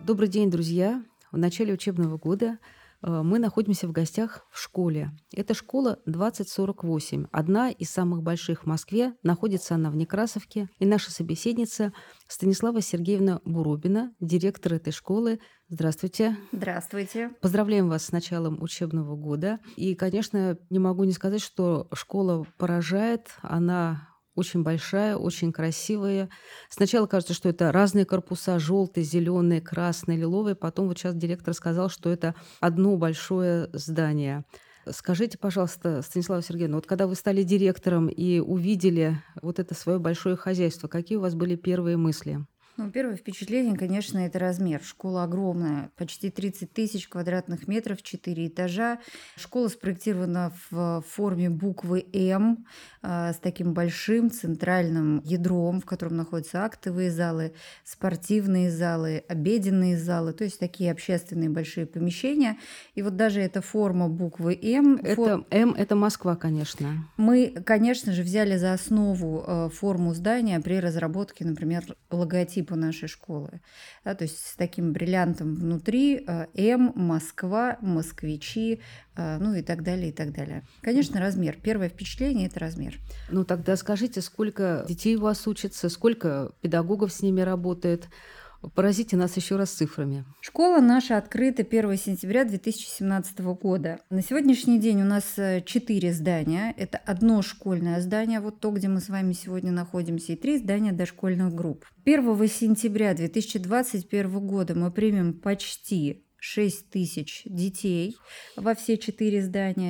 Добрый день, друзья! В начале учебного года мы находимся в гостях в школе. Это школа 2048, одна из самых больших в Москве. Находится она в Некрасовке. И наша собеседница Станислава Сергеевна Буробина, директор этой школы. Здравствуйте. Здравствуйте. Поздравляем вас с началом учебного года. И, конечно, не могу не сказать, что школа поражает. Она очень большая, очень красивая. Сначала кажется, что это разные корпуса: желтый, зеленый, красный, лиловый. Потом вот сейчас директор сказал, что это одно большое здание. Скажите, пожалуйста, Станислава Сергеевна, вот когда вы стали директором и увидели вот это свое большое хозяйство, какие у вас были первые мысли? Первое впечатление, конечно, это размер. Школа огромная, почти 30 тысяч квадратных метров, 4 этажа. Школа спроектирована в форме буквы «М», с таким большим центральным ядром, в котором находятся актовые залы, спортивные залы, обеденные залы, то есть такие общественные большие помещения. И вот даже эта форма буквы «М», Это М, это Москва, конечно. мы, конечно же, взяли за основу форму здания при разработке, например, логотипа нашей школы. Да, то есть с таким бриллиантом внутри М, Москва, москвичи, ну и так далее, и так далее. Конечно, размер. Первое впечатление – это размер. Ну тогда скажите, сколько детей у вас учатся, сколько педагогов с ними работает? Поразите нас еще раз цифрами. Школа наша открыта 1 сентября 2017 года. На сегодняшний день у нас 4 здания. Это одно школьное здание, вот то, где мы с вами сегодня находимся, и 3 здания дошкольных групп. 1 сентября 2021 года мы примем почти 6 тысяч детей во все 4 здания,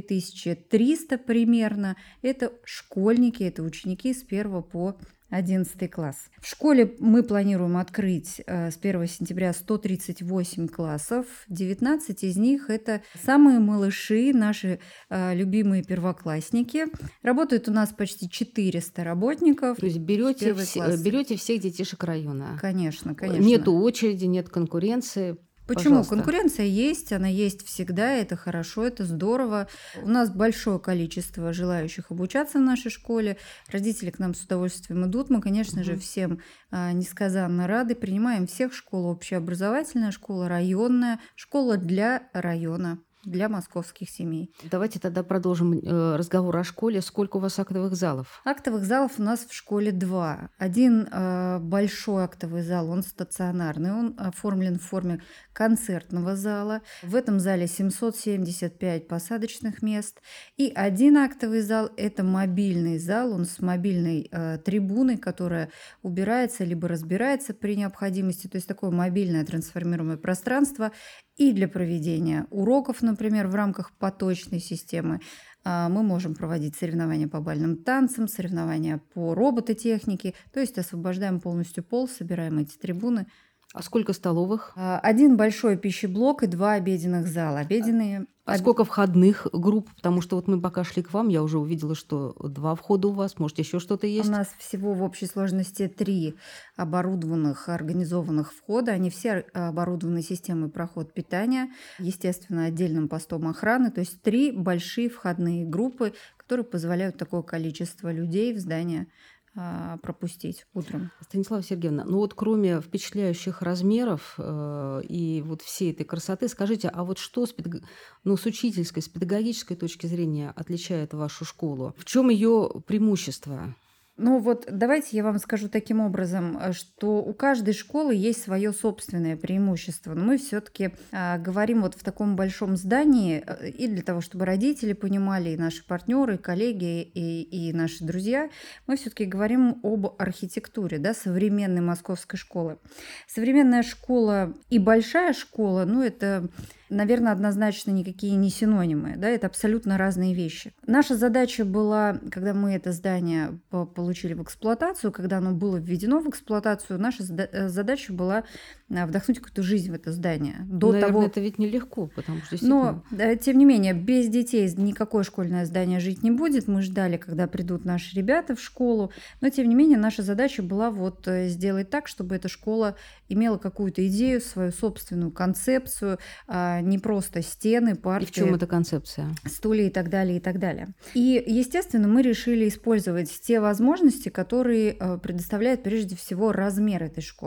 4300 примерно. Это школьники, это ученики с 1 по 11 класс. В школе мы планируем открыть с 1 сентября 138 классов. 19 из них – это самые малыши, наши любимые первоклассники. Работает у нас почти 400 работников. То есть берете всех детишек района. Конечно, конечно. Нету очереди, нет конкуренции. Почему? Пожалуйста. Конкуренция есть, она есть всегда, это хорошо, это здорово. У нас большое количество желающих обучаться в нашей школе. Родители к нам с удовольствием идут. Мы, конечно же, всем несказанно рады. Принимаем всех. Школа общеобразовательная, школа районная, школа для района, для московских семей. Давайте тогда продолжим разговор о школе. Сколько у вас актовых залов? Актовых залов у нас в школе 2. Один большой актовый зал, он стационарный, он оформлен в форме концертного зала. В этом зале 775 посадочных мест. И один актовый зал – это мобильный зал, он с мобильной трибуной, которая убирается либо разбирается при необходимости. То есть такое мобильное трансформируемое пространство и для проведения уроков, например, в рамках поточной системы. Мы можем проводить соревнования по бальным танцам, соревнования по робототехнике, то есть освобождаем полностью пол, собираем эти трибуны. А сколько столовых? Один большой пищеблок и 2 обеденных зала. Обеденные. А сколько входных групп? Потому что вот мы пока шли к вам, я уже увидела, что 2 входа у вас, может, еще что-то есть? У нас всего в общей сложности 3 оборудованных, организованных входа. Они все оборудованы системой проход питания, естественно, отдельным постом охраны. То есть 3 большие входные группы, которые позволяют такое количество людей в здание пропустить утром. Станислава Сергеевна, ну вот кроме впечатляющих размеров и вот всей этой красоты, скажите, а вот что с учительской, с педагогической точки зрения отличает вашу школу? В чем ее преимущество? Давайте я вам скажу таким образом, что у каждой школы есть свое собственное преимущество. Но мы все-таки говорим вот в таком большом здании, и для того, чтобы родители понимали, и наши партнеры, и коллеги, и наши друзья, мы все-таки говорим об архитектуре, да, современной московской школы. Современная школа и большая школа, это, наверное, однозначно никакие не синонимы, да, это абсолютно разные вещи. Наша задача была, когда мы это здание получили в эксплуатацию, когда оно было введено в эксплуатацию, наша задача была вдохнуть какую-то жизнь в это здание. Наверное, это ведь нелегко, потому что действительно... Но, тем не менее, без детей никакое школьное здание жить не будет. Мы ждали, когда придут наши ребята в школу, но, тем не менее, наша задача была сделать так, чтобы эта школа имела какую-то идею, свою собственную концепцию, не просто стены, парты. И в чем эта концепция? Стулья и так далее, и так далее. И, естественно, мы решили использовать те возможности, которые предоставляет прежде всего размер этой школы.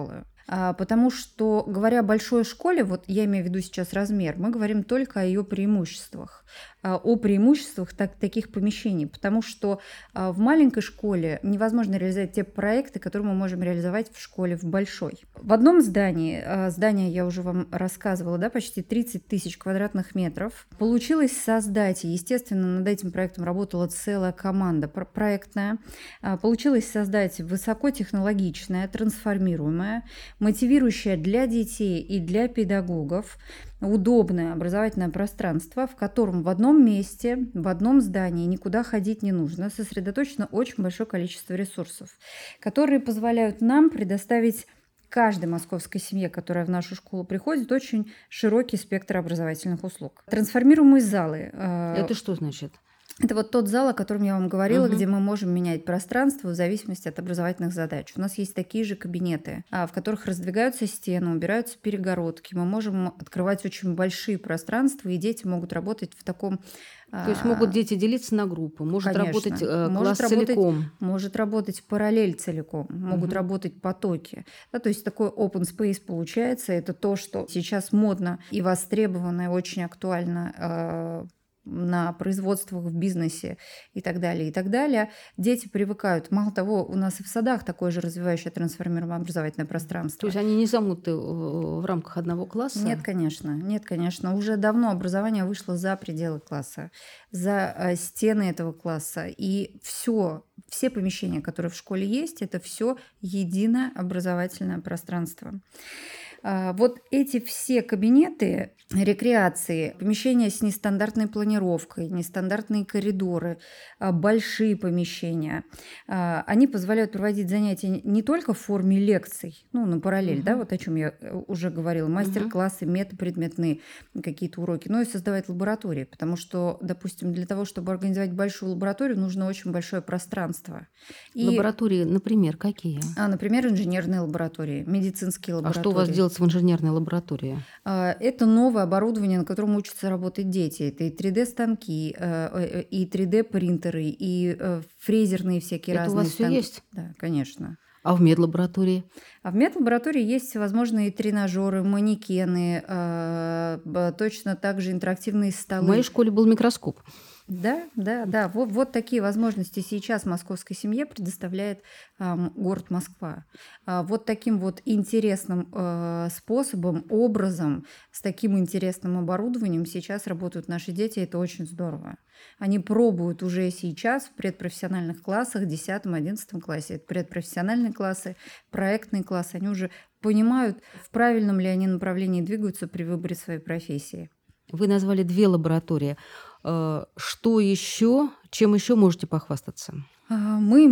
Потому что, говоря о большой школе, вот я имею в виду сейчас размер, мы говорим только о ее преимуществах, о преимуществах таких помещений, потому что в маленькой школе невозможно реализовать те проекты, которые мы можем реализовать в школе в большой. В одном здании, здание я уже вам рассказывала, да, почти 30 тысяч квадратных метров, получилось создать, и, естественно, над этим проектом работала целая команда проектная, получилось создать высокотехнологичное, трансформируемое, мотивирующее для детей и для педагогов удобное образовательное пространство, в котором в одном месте, в одном здании никуда ходить не нужно, сосредоточено очень большое количество ресурсов, которые позволяют нам предоставить каждой московской семье, которая в нашу школу приходит, очень широкий спектр образовательных услуг. Трансформируемые залы. Это что значит? Это вот тот зал, о котором я вам говорила, Мгм. где мы можем менять пространство в зависимости от образовательных задач. У нас есть такие же кабинеты, в которых раздвигаются стены, убираются перегородки. Мы можем открывать очень большие пространства, и дети могут работать в таком... То есть могут дети делиться на группы, может Конечно. работать Может класс работать, целиком. может работать параллель целиком, могут Мгм. работать потоки. Да, то есть такой open space получается. Это то, что сейчас модно и востребовано, и очень актуально на производствах, в бизнесе и так далее, и так далее. Дети привыкают. Мало того, у нас и в садах такое же развивающее трансформируемое образовательное То пространство. есть они не замуты в рамках одного класса? Нет, конечно, нет, конечно. Уже давно образование вышло за пределы класса, за стены этого класса. И все помещения, которые в школе есть, это все единое образовательное пространство. Вот эти все кабинеты рекреации, помещения с нестандартной планировкой, нестандартные коридоры, большие помещения, они позволяют проводить занятия не только в форме лекций, ну, на параллель, да, Мгм. вот о чем я уже говорила, Мгм. мастер-классы, метапредметные какие-то уроки, но и создавать лаборатории, потому что, допустим, для того, чтобы организовать большую лабораторию, нужно очень большое пространство. И, Лаборатории, например, какие? например, инженерные лаборатории, медицинские А что у вас лаборатории. делается в инженерной лаборатории? Это новое оборудование, на котором учатся работать дети. Это и 3D-станки, и 3D-принтеры, и фрезерные всякие Это у разные вас все станки. есть? Да, конечно. А в медлаборатории? А в медлаборатории есть всевозможные тренажеры, манекены, точно так же интерактивные В моей столы. школе был микроскоп. Да. Вот такие возможности сейчас московской семье предоставляет город Москва. Вот таким вот интересным способом, образом, с таким интересным оборудованием сейчас работают наши дети. Это очень здорово. Они пробуют уже сейчас в предпрофессиональных классах, 10-11 классе. Это предпрофессиональные классы, проектные классы. Они уже понимают, в правильном ли они направлении двигаются при выборе своей профессии. Вы назвали 2 лаборатории. Что еще, чем еще можете похвастаться? Мы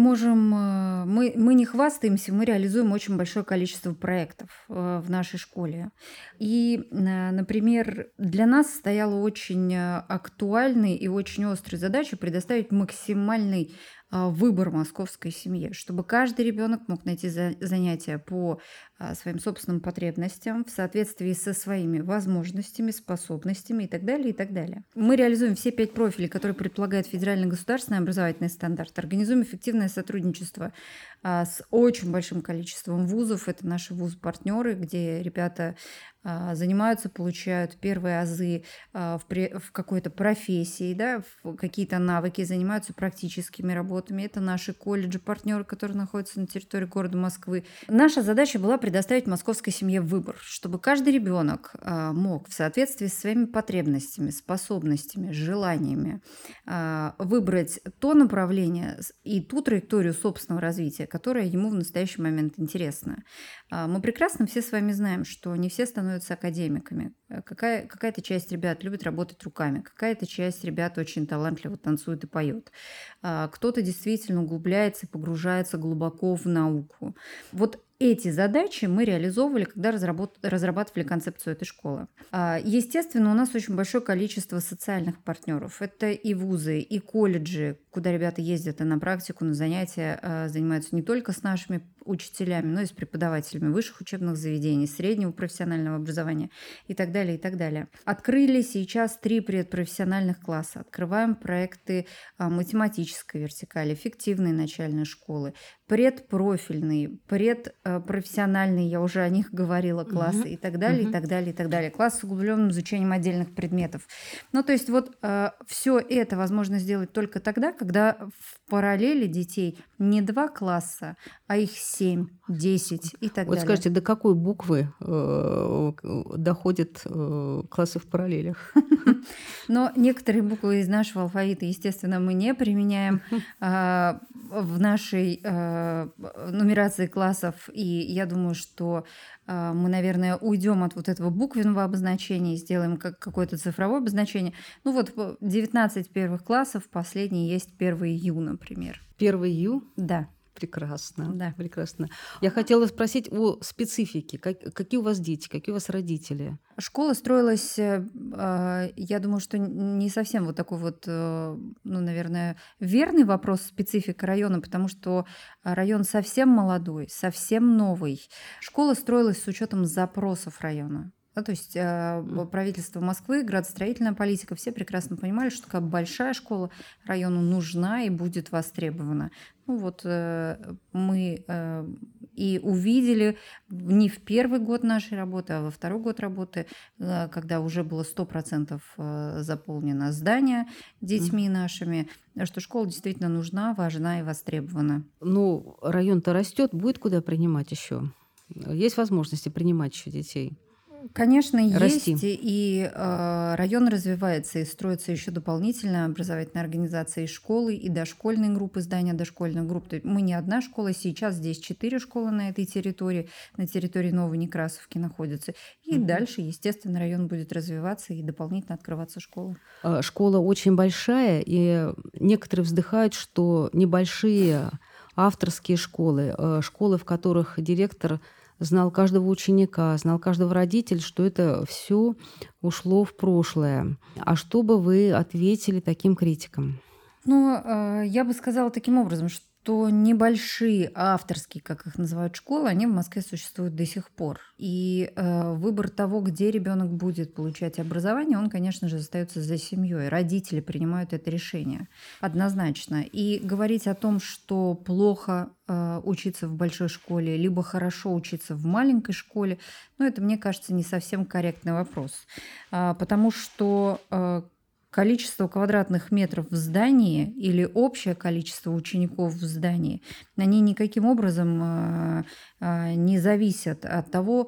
не хвастаемся, мы реализуем очень большое количество проектов в нашей школе. И, например, для нас стояла очень актуальной и очень острой задачей предоставить максимальный выбор московской семье, чтобы каждый ребенок мог найти занятия по своим собственным потребностям в соответствии со своими возможностями, способностями и так далее, и так далее. Мы реализуем все 5 профилей, которые предполагает федеральный государственный образовательный стандарт. Организуем эффективное сотрудничество с очень большим количеством вузов. Это наши вуз-партнеры, где ребята занимаются, получают первые азы в какой-то профессии, да, в какие-то навыки, занимаются практическими работами. Это наши колледжи-партнеры, которые находятся на территории города Москвы. Наша задача была предоставить московской семье выбор, чтобы каждый ребенок мог в соответствии со своими потребностями, способностями, желаниями выбрать то направление и ту траекторию собственного развития, которая ему в настоящий момент интересна. Мы прекрасно все с вами знаем, что не все становятся академиками. Какая-то часть ребят любит работать руками, какая-то часть ребят очень талантливо танцует и поет. Кто-то действительно углубляется и погружается глубоко в науку. Вот эти задачи мы реализовывали, когда разрабатывали концепцию этой школы. Естественно, у нас очень большое количество социальных партнеров. Это и вузы, и колледжи, куда ребята ездят и на практику, на занятия, занимаются не только с нашими учителями, но и с преподавателями высших учебных заведений, среднего профессионального образования и так далее, и так далее. Открыли сейчас 3 предпрофессиональных класса. Открываем проекты математической вертикали, фиктивной начальной школы, предпрофильные, предпрофессиональные, я уже о них говорила, классы и так далее, и так далее, и так далее. Класс с углубленным изучением отдельных предметов. Ну, то есть вот все это возможно сделать только тогда, когда в параллели детей не 2 класса, а их 7, 10 и так Вот далее. скажите, до какой буквы доходят классы в параллелях? Но некоторые буквы из нашего алфавита, естественно, мы не применяем в нашей нумерации классов. И я думаю, что мы, наверное, уйдем от вот этого буквенного обозначения и сделаем какое-то цифровое обозначение. Ну вот 19 первых классов, последний есть 1 Ю, например. 1 Ю? Да. Прекрасно, Да. прекрасно. Я хотела спросить о специфике. Какие у вас дети, какие у вас родители? Школа строилась, я думаю, что не совсем вот такой вот, наверное, верный вопрос специфика района, потому что район совсем молодой, совсем новый. Школа строилась с учетом запросов района. То есть правительство Москвы, градостроительная политика, все прекрасно понимали, что такая большая школа району нужна и будет востребована. Ну вот мы и увидели не в первый год нашей работы, а во второй год работы, когда уже было 100% заполнено здание детьми нашими, что школа действительно нужна, важна и востребована. Ну, район-то растет, будет куда принимать еще? Есть возможности принимать еще детей? Конечно, Расти. есть, и район развивается, и строится еще дополнительная образовательная организация и школы, и дошкольные группы, здания дошкольных групп. То есть мы не одна школа, сейчас здесь 4 школы на этой территории, на территории Новой Некрасовки находятся. И дальше, естественно, район будет развиваться и дополнительно открываться школы. Школа очень большая, и некоторые вздыхают, что небольшие авторские школы, школы, в которых директор знал каждого ученика, знал каждого родителя, что это все ушло в прошлое. А что бы вы ответили таким критикам? Ну, я бы сказала таким образом, что небольшие авторские, как их называют, школы, они в Москве существуют до сих пор. И выбор того, где ребенок будет получать образование, он, конечно же, остается за семьей. Родители принимают это решение однозначно. И говорить о том, что плохо учиться в большой школе, либо хорошо учиться в маленькой школе, ну, это, мне кажется, не совсем корректный вопрос. Потому что количество квадратных метров в здании или общее количество учеников в здании, они никаким образом не зависят от того,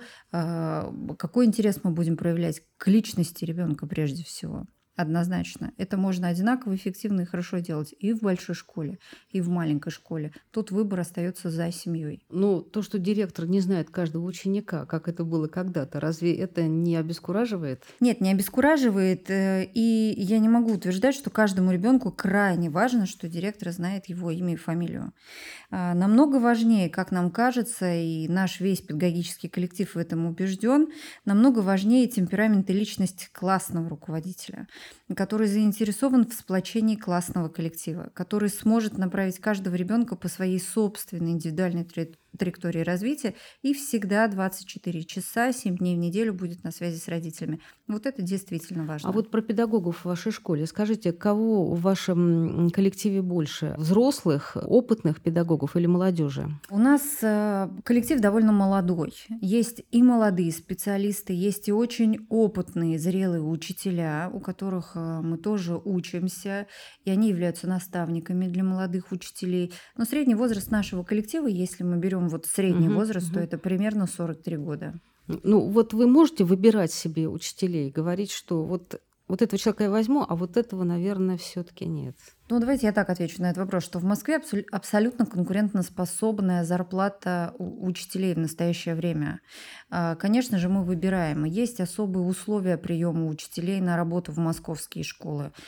какой интерес мы будем проявлять к личности ребенка прежде всего. Однозначно. Это можно одинаково эффективно и хорошо делать и в большой школе, и в маленькой школе. Тут выбор остается за семьей. Ну, то, что директор не знает каждого ученика, как это было когда-то, разве это не обескураживает? Нет, не обескураживает. И я не могу утверждать, что каждому ребенку крайне важно, что директор знает его имя и фамилию. Намного важнее, как нам кажется, и наш весь педагогический коллектив в этом убежден, намного важнее темперамент и личность классного руководителя, который заинтересован в сплочении классного коллектива, который сможет направить каждого ребенка по своей собственной индивидуальной траектории развития и всегда 24 часа, 7 дней в неделю будет на связи с родителями. Вот это действительно важно. А вот про педагогов в вашей школе. Скажите, кого в вашем коллективе больше? Взрослых, опытных педагогов или молодежи? У нас коллектив довольно молодой. Есть и молодые специалисты, есть и очень опытные, зрелые учителя, у которых мы тоже учимся, и они являются наставниками для молодых учителей. Но средний возраст нашего коллектива, если мы берем вот средний возраст, то это примерно 43 года. Ну, вот вы можете выбирать себе учителей, говорить, что вот этого человека я возьму, а вот этого, наверное, все-таки нет. Ну, давайте я так отвечу на этот вопрос, что в Москве абсолютно конкурентоспособная зарплата учителей в настоящее время. Конечно же, мы выбираем. Есть особые условия приема учителей на работу в московские школы.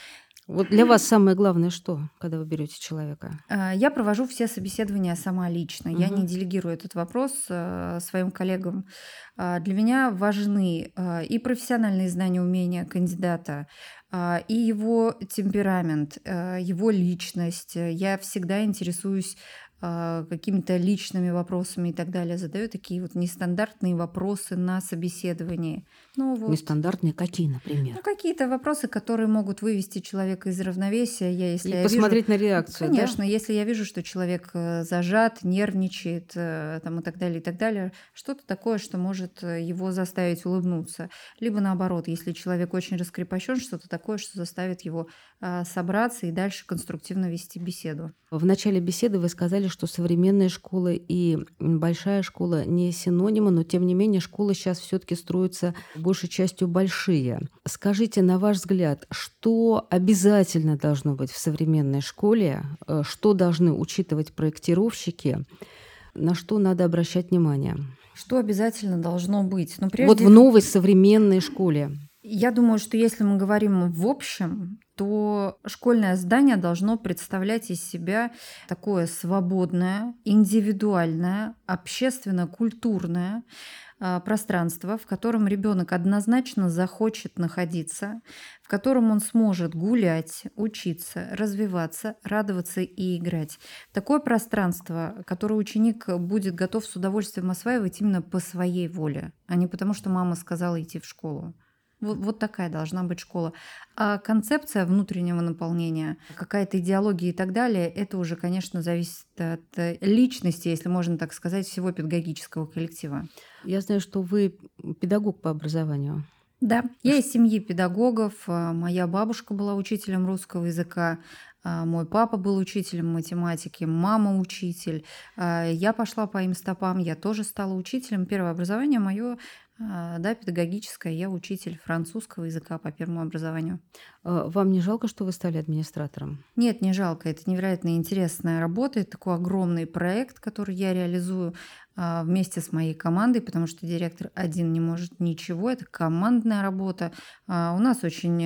Вот для вас самое главное что, когда вы берете человека? Я провожу все собеседования сама лично. Я не Мгм. делегирую этот вопрос своим коллегам. Для меня важны и профессиональные знания, умения кандидата, и его темперамент, его личность. Я всегда интересуюсь какими-то личными вопросами и так далее. Задаю такие вот нестандартные вопросы на собеседовании. Ну вот, Нестандартные какие, например? какие-то вопросы, которые могут вывести человека из равновесия. Если И я вижу, посмотреть на реакцию, да? конечно, если я вижу, что человек зажат, нервничает, там, и так далее, что-то такое, что может его заставить улыбнуться. Либо наоборот, если человек очень раскрепощен, что-то такое, что заставит его собраться и дальше конструктивно вести беседу. В начале беседы вы сказали, что современная школа и большая школа не синонимы, но тем не менее школы сейчас все-таки строятся большей частью большие. Скажите, на ваш взгляд, что обязательно должно быть в современной школе, что должны учитывать проектировщики, на что надо обращать внимание? Что обязательно должно быть? Ну, Вот в прежде новой современной школе. Я думаю, что если мы говорим в общем, то школьное здание должно представлять из себя такое свободное, индивидуальное, общественно-культурное пространство, в котором ребенок однозначно захочет находиться, в котором он сможет гулять, учиться, развиваться, радоваться и играть. Такое пространство, которое ученик будет готов с удовольствием осваивать именно по своей воле, а не потому, что мама сказала идти в школу. Вот такая должна быть школа. А концепция внутреннего наполнения, какая-то идеология и так далее, это уже, конечно, зависит от личности, если можно так сказать, всего педагогического коллектива. Я знаю, что вы педагог по образованию. Да, я из семьи педагогов. Моя бабушка была учителем русского языка, мой папа был учителем математики, мама учитель. Я пошла по им стопам, я тоже стала учителем. Первое образование мое, да, педагогическое. Я учитель французского языка по первому образованию. Вам не жалко, что вы стали администратором? Нет, не жалко. Это невероятно интересная работа. Это такой огромный проект, который я реализую вместе с моей командой, потому что директор один не может ничего. Это командная работа. У нас очень,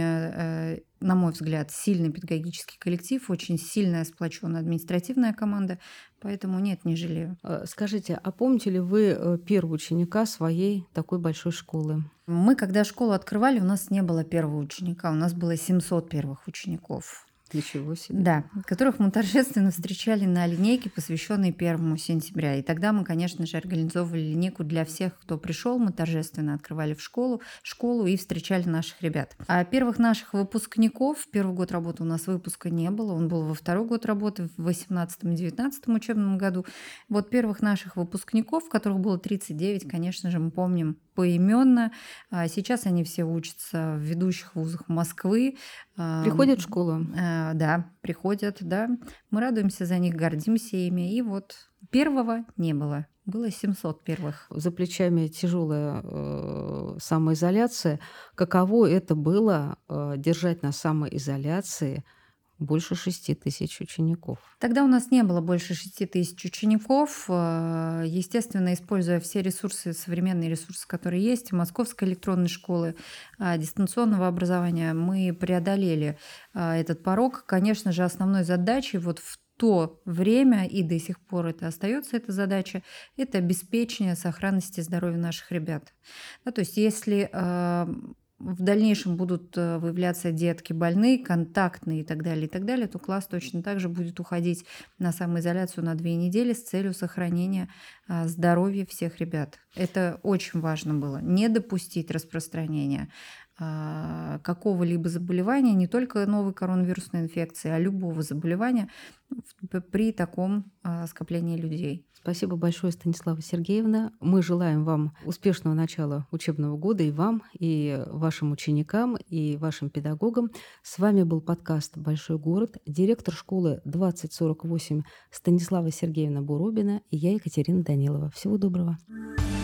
на мой взгляд, сильный педагогический коллектив, очень сильная сплоченная административная команда. Поэтому нет, не жалею. Скажите, а помните ли вы первого ученика своей такой большой школы? Мы, когда школу открывали, у нас не было первого ученика, у нас было 700 первых учеников. Ничего себе. Да, которых мы торжественно встречали на линейке, посвященной 1 сентября. И тогда мы, конечно же, организовывали линейку для всех, кто пришел. Мы торжественно открывали школу и встречали наших ребят. А первых наших выпускников, в первый год работы у нас выпуска не было, он был во второй год работы, в 18-19 учебном году. Вот первых наших выпускников, которых было 39, конечно же, мы помним поименно. Сейчас они все учатся в ведущих вузах Москвы. Приходят в школу? Да, приходят, да. Мы радуемся за них, гордимся ими. И вот первого не было. Было 700 первых. За плечами тяжелая самоизоляция. Каково это было держать на самоизоляции больше 6000 учеников? Тогда у нас не было больше 6000 учеников. Естественно, используя все ресурсы, современные ресурсы, которые есть, Московской электронной школы, дистанционного образования, мы преодолели этот порог. Конечно же, основной задачей вот в то время, и до сих пор это остается эта задача, это обеспечение сохранности здоровья наших ребят. Да, то есть если в дальнейшем будут выявляться детки больные, контактные и так далее, то класс точно так же будет уходить на самоизоляцию на 2 недели с целью сохранения здоровья всех ребят. Это очень важно было. Не допустить распространения какого-либо заболевания, не только новой коронавирусной инфекции, а любого заболевания при таком скоплении людей. Спасибо большое, Станислава Сергеевна. Мы желаем вам успешного начала учебного года и вам, и вашим ученикам, и вашим педагогам. С вами был подкаст «Большой город», директор школы 2048 Станислава Сергеевна Буробина и я, Екатерина Данилова. Всего доброго.